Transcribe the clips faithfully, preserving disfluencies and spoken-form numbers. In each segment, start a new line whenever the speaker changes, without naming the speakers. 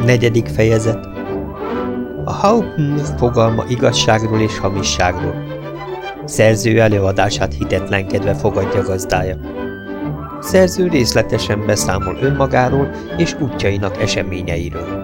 Negyedik fejezet. A Hauptmann fogalma igazságról és hamisságról. Szerző előadását hitetlenkedve fogadja gazdája. Szerző részletesen beszámol önmagáról és útjainak eseményeiről.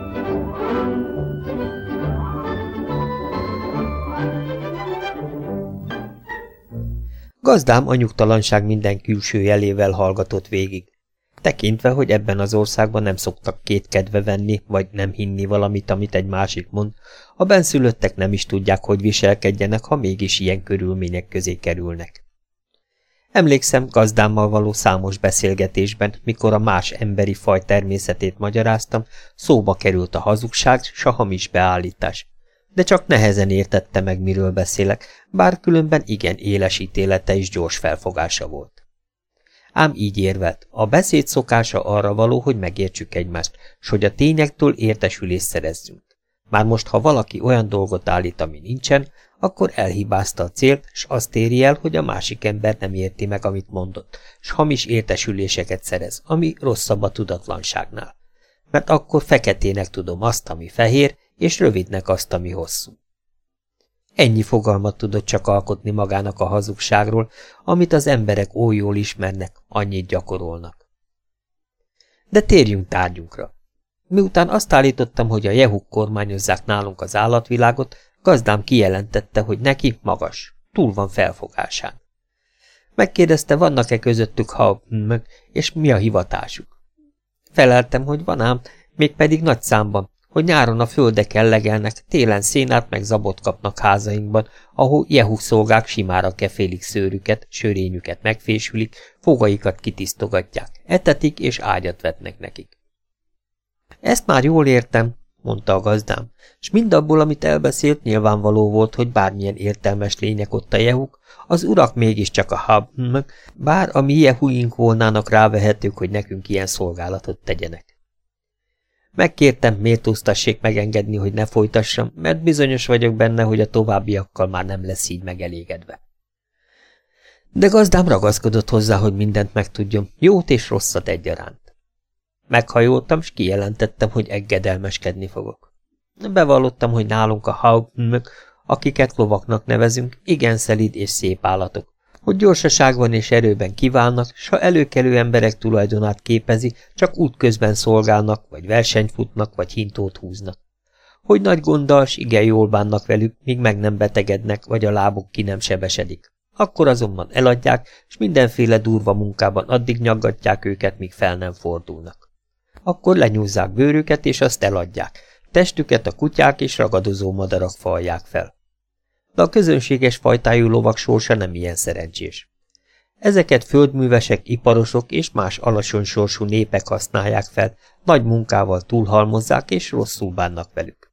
Gazdám a nyugtalanság minden külső jelével hallgatott végig. Tekintve, hogy ebben az országban nem szoktak kétkedve venni, vagy nem hinni valamit, amit egy másik mond, a benszülöttek nem is tudják, hogy viselkedjenek, ha mégis ilyen körülmények közé kerülnek. Emlékszem gazdámmal való számos beszélgetésben, mikor a más emberi faj természetét magyaráztam, szóba került a hazugság s a hamis beállítás. De csak nehezen értette meg, miről beszélek, bár különben igen éles ítélete és gyors felfogása volt. Ám így érvelt, a beszéd szokása arra való, hogy megértsük egymást, s hogy a tényektől értesülést szerezzünk. Már most, ha valaki olyan dolgot állít, ami nincsen, akkor elhibázta a célt, s azt éri el, hogy a másik ember nem érti meg, amit mondott, s hamis értesüléseket szerez, ami rosszabb a tudatlanságnál. Mert akkor feketének tudom azt, ami fehér, és rövidnek azt, ami hosszú. Ennyi fogalmat tudott csak alkotni magának a hazugságról, amit az emberek oly jól ismernek, annyit gyakorolnak. De térjünk tárgyunkra. Miután azt állítottam, hogy a jehuk kormányozzák nálunk az állatvilágot, gazdám kijelentette, hogy neki magas, túl van felfogásán. Megkérdezte, vannak-e közöttük Hauptmannök, és mi a hivatásuk. Feleltem, hogy van ám, mégpedig nagy számban, hogy nyáron a földeken legelnek, télen szénát meg zabot kapnak házainkban, ahol jehuk szolgák simára kefélik szőrüket, sörényüket megfésülik, fogaikat kitisztogatják, etetik és ágyat vetnek nekik. Ezt már jól értem, mondta a gazdám, s mindabból, amit elbeszélt, nyilvánvaló volt, hogy bármilyen értelmes lények ott a jehuk, az urak mégiscsak a Hauptmannök, bár a mi jehuink volnának rávehetők, hogy nekünk ilyen szolgálatot tegyenek. Megkértem, méltóztassék megengedni, hogy ne folytassam, mert bizonyos vagyok benne, hogy a továbbiakkal már nem lesz így megelégedve. De gazdám ragaszkodott hozzá, hogy mindent megtudjon, jót és rosszat egyaránt. Meghajoltam, s kijelentettem, hogy engedelmeskedni fogok. Bevallottam, hogy nálunk a Hauptmannök, akiket lovaknak nevezünk, igen szelíd és szép állatok, hogy gyorsaságban és erőben kiválnak, s ha előkelő emberek tulajdonát képezi, csak útközben szolgálnak, vagy versenyt futnak, vagy hintót húznak. Hogy nagy gonddal, s igen jól bánnak velük, míg meg nem betegednek, vagy a lábuk ki nem sebesedik. Akkor azonban eladják, s mindenféle durva munkában addig nyaggatják őket, míg fel nem fordulnak. Akkor lenyúzzák bőrüket, és azt eladják. Testüket a kutyák és ragadozó madarak falják fel. De a közönséges fajtájú lovak sorsa nem ilyen szerencsés. Ezeket földművesek, iparosok és más alacsony sorsú népek használják fel, nagy munkával túlhalmozzák és rosszul bánnak velük.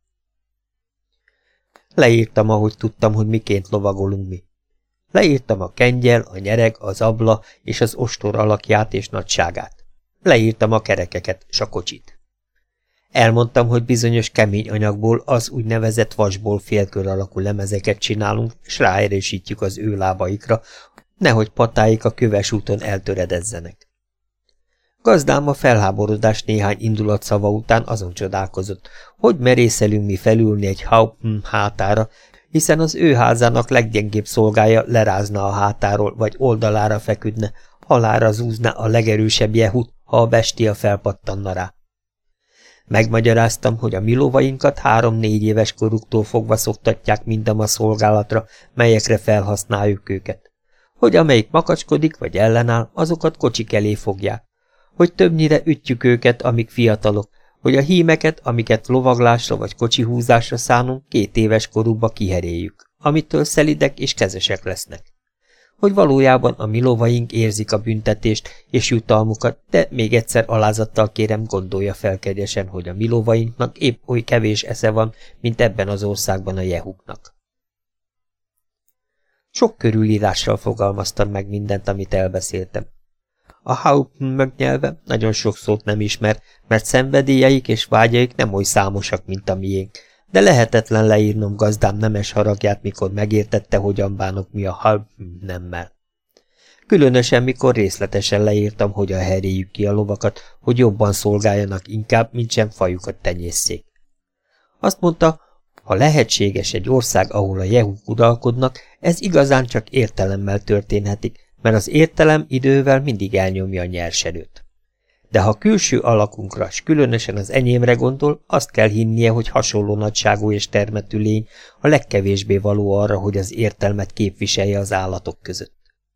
Leírtam, ahogy tudtam, hogy miként lovagolunk mi. Leírtam a kengyel, a nyereg, az abla és az ostor alakját és nagyságát. Leírtam a kerekeket s a kocsit. Elmondtam, hogy bizonyos kemény anyagból, az úgynevezett vasból félkör alakú lemezeket csinálunk, s ráerősítjük az ő lábaikra, nehogy patáik a köves úton eltöredezzenek. Gazdám a felháborodás néhány indulatszava után azon csodálkozott, hogy merészelünk mi felülni egy Hauptmann hátára, hiszen az ő házának leggyengébb szolgája lerázna a hátáról, vagy oldalára feküdne, halálra zúzna a legerősebb jehut, ha a bestia felpattanna rá. Megmagyaráztam, hogy a mi lovainkat három-négy éves koruktól fogva szoktatják mindam a szolgálatra, melyekre felhasználjuk őket. Hogy amelyik makacskodik vagy ellenáll, azokat kocsik elé fogják. Hogy többnyire ütjük őket, amíg fiatalok, hogy a hímeket, amiket lovaglásra vagy kocsihúzásra szánunk, két éves korukba kiheréljük, amitől szelidek és kezesek lesznek. Hogy valójában a mi lovaink érzik a büntetést és jutalmukat, de még egyszer alázattal kérem, gondolja fel kegyesen, hogy a mi lovainknak épp oly kevés esze van, mint ebben az országban a jehuknak. Sok körülírással fogalmaztam meg mindent, amit elbeszéltem. A Hauptmannök nyelve nagyon sok szót nem ismer, mert szenvedélyeik és vágyaik nem oly számosak, mint a miénk, de lehetetlen leírnom gazdám nemes haragját, mikor megértette, hogyan bánok mi a Hauptmannemmel. Különösen, mikor részletesen leírtam, hogyan heréljük ki a lovakat, hogy jobban szolgáljanak inkább, mint sem fajukat tenyésszék. Azt mondta, ha lehetséges egy ország, ahol a jehuk uralkodnak, ez igazán csak értelemmel történhetik, mert az értelem idővel mindig elnyomja a nyerserőt. De ha külső alakunkra, s különösen az enyémre gondol, azt kell hinnie, hogy hasonló nagyságú és termetű lény a legkevésbé való arra, hogy az értelmet képviselje az állatok között.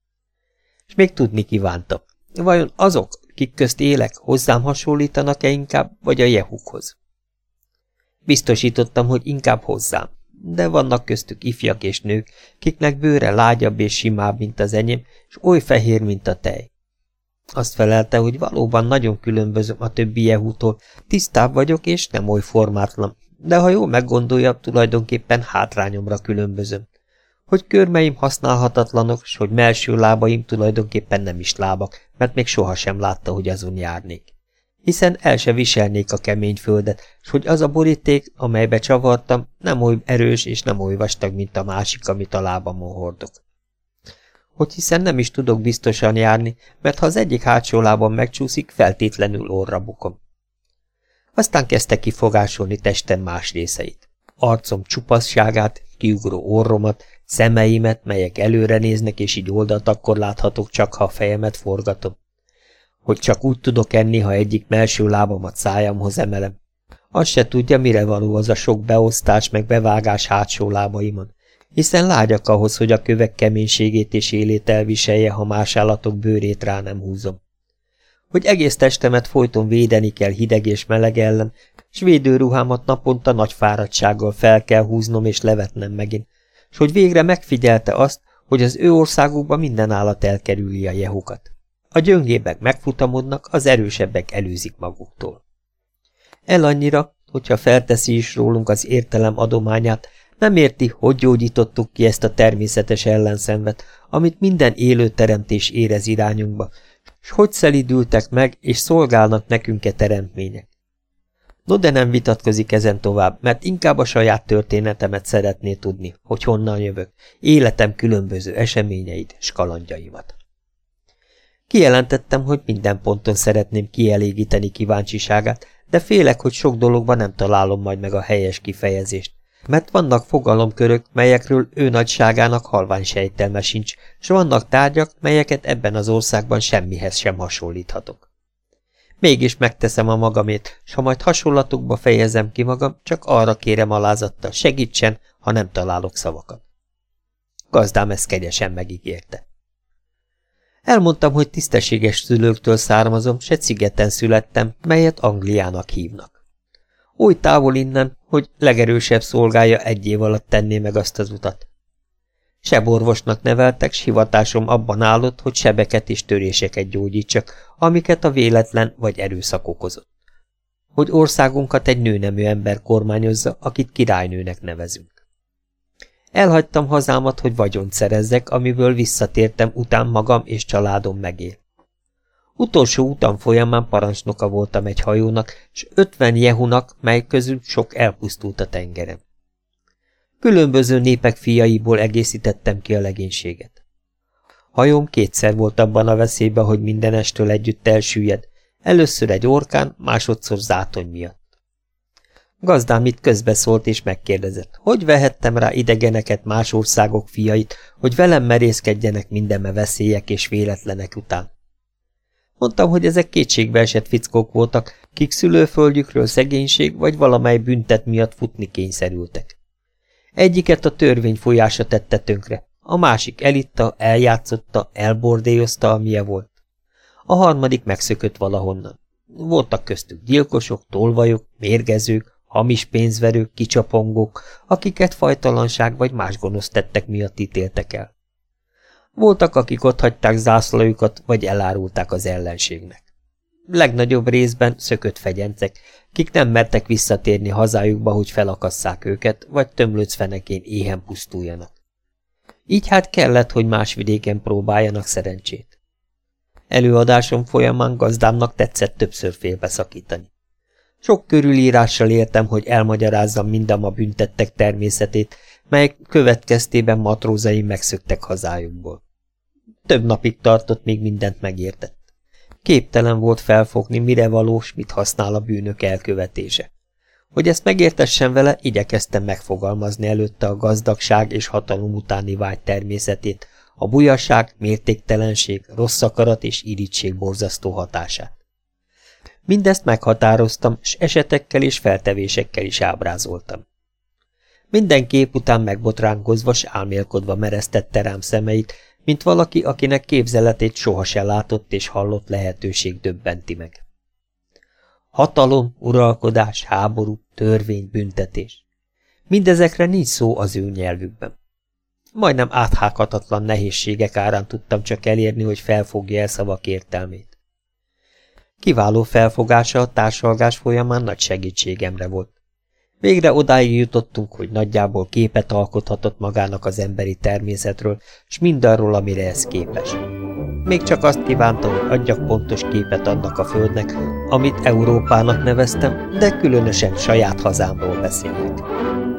És még tudni kívántam, vajon azok, kik közt élek, hozzám hasonlítanak-e inkább, vagy a jehukhoz? Biztosítottam, hogy inkább hozzám, de vannak köztük ifjak és nők, kiknek bőre lágyabb és simább, mint az enyém, és oly fehér, mint a tej. Azt felelte, hogy valóban nagyon különbözöm a többi jehútól, tisztább vagyok és nem oly formátlan, de ha jól meggondolja, tulajdonképpen hátrányomra különbözöm. Hogy körmeim használhatatlanok, s hogy mellső lábaim tulajdonképpen nem is lábak, mert még sohasem látta, hogy azon járnék. Hiszen el se viselnék a kemény földet, s hogy az a boríték, amelybe csavartam, nem oly erős és nem oly vastag, mint a másik, amit a lábamon hordok. Hogy hiszen nem is tudok biztosan járni, mert ha az egyik hátsó lábam megcsúszik, feltétlenül orra bukom. Aztán kezdte kifogásolni testem más részeit. Arcom csupasságát, kiugró orromat, szemeimet, melyek előre néznek, és így oldalt akkor láthatok, csak ha a fejemet forgatom. Hogy csak úgy tudok enni, ha egyik melső lábamat szájamhoz emelem. Azt se tudja, mire való az a sok beosztás meg bevágás hátsó lábaimon, hiszen lágyak ahhoz, hogy a kövek keménységét és élét elviselje, ha más állatok bőrét rá nem húzom. Hogy egész testemet folyton védeni kell hideg és meleg ellen, s védőruhámat naponta nagy fáradtsággal fel kell húznom és levetnem megint, s hogy végre megfigyelte azt, hogy az ő országukban minden állat elkerüli a jehukat. A gyöngébbek megfutamodnak, az erősebbek előzik maguktól. El annyira, hogyha felteszi is rólunk az értelem adományát, nem érti, hogy gyógyítottuk ki ezt a természetes ellenszenvet, amit minden élő teremtés érez irányunkba, s hogy szelidültek meg, és szolgálnak nekünk e teremtmények. No, de nem vitatkozik ezen tovább, mert inkább a saját történetemet szeretné tudni, hogy honnan jövök, életem különböző eseményeit, s kalandjaimat. Kijelentettem, hogy minden ponton szeretném kielégíteni kíváncsiságát, de félek, hogy sok dologban nem találom majd meg a helyes kifejezést, mert vannak fogalomkörök, melyekről ő nagyságának halvány sejtelme sincs, s vannak tárgyak, melyeket ebben az országban semmihez sem hasonlíthatok. Mégis megteszem a magamét, s ha majd hasonlatokba fejezem ki magam, csak arra kérem alázattal, segítsen, ha nem találok szavakat. Gazdám ezt kegyesen megígérte. Elmondtam, hogy tisztességes szülőktől származom, s egy szigeten születtem, melyet Angliának hívnak. Oly távol innen, hogy legerősebb szolgája egy év alatt tenné meg azt az utat. Seborvosnak neveltek, s hivatásom abban állott, hogy sebeket és töréseket gyógyítsak, amiket a véletlen vagy erőszak okozott. Hogy országunkat egy nőnemű ember kormányozza, akit királynőnek nevezünk. Elhagytam hazámat, hogy vagyont szerezzek, amiből visszatértem, után magam és családom megél. Utolsó utam folyamán parancsnoka voltam egy hajónak, s ötven jehunak, mely közül sok elpusztult a tengeren. Különböző népek fiaiból egészítettem ki a legénységet. Hajóm kétszer volt abban a veszélyben, hogy mindenestől együtt elsüllyed, először egy orkán, másodszor zátony miatt. Gazdám itt közbeszólt és megkérdezett, hogy vehettem rá idegeneket, más országok fiait, hogy velem merészkedjenek mindeme veszélyek és véletlenek után. Mondtam, hogy ezek kétségbeesett fickók voltak, kik szülőföldjükről szegénység vagy valamely büntet miatt futni kényszerültek. Egyiket a törvény folyása tette tönkre, a másik elitta, eljátszotta, elbordélyozta, amilyen volt. A harmadik megszökött valahonnan. Voltak köztük gyilkosok, tolvajok, mérgezők, hamis pénzverők, kicsapongók, akiket fajtalanság vagy más gonosz tettek miatt ítéltek el. Voltak, akik otthagyták zászlajukat, vagy elárulták az ellenségnek. Legnagyobb részben szökött fegyencek, kik nem mertek visszatérni hazájukba, hogy felakasszák őket, vagy tömlőc fenekén éhen pusztuljanak. Így hát kellett, hogy más vidéken próbáljanak szerencsét. Előadásom folyamán gazdámnak tetszett többször félbeszakítani. Sok körülírással értem, hogy elmagyarázzam mindam a büntettek természetét, melyek következtében matrózaim megszöktek hazájukból. Több napig tartott, még mindent megértett. Képtelen volt felfogni, mire valós, mit használ a bűnök elkövetése. Hogy ezt megértessen vele, igyekeztem megfogalmazni előtte a gazdagság és hatalom utáni vágy természetét, a bujaság, mértéktelenség, rossz akarat és irigység borzasztó hatását. Mindezt meghatároztam, s esetekkel és feltevésekkel is ábrázoltam. Minden kép után megbotránkozva s álmélkodva meresztette rám szemeit, mint valaki, akinek képzeletét sohasem látott és hallott lehetőség döbbenti meg. Hatalom, uralkodás, háború, törvény, büntetés. Mindezekre nincs szó az ő nyelvükben. Majdnem áthághatatlan nehézségek árán tudtam csak elérni, hogy felfogja el szavak értelmét. Kiváló felfogása a társalgás folyamán nagy segítségemre volt. Végre odáig jutottunk, hogy nagyjából képet alkothatott magának az emberi természetről, s mindarról, amire ez képes. Még csak azt kívánta, hogy adjak pontos képet annak a földnek, amit Európának neveztem, de különösen saját hazámról beszélek.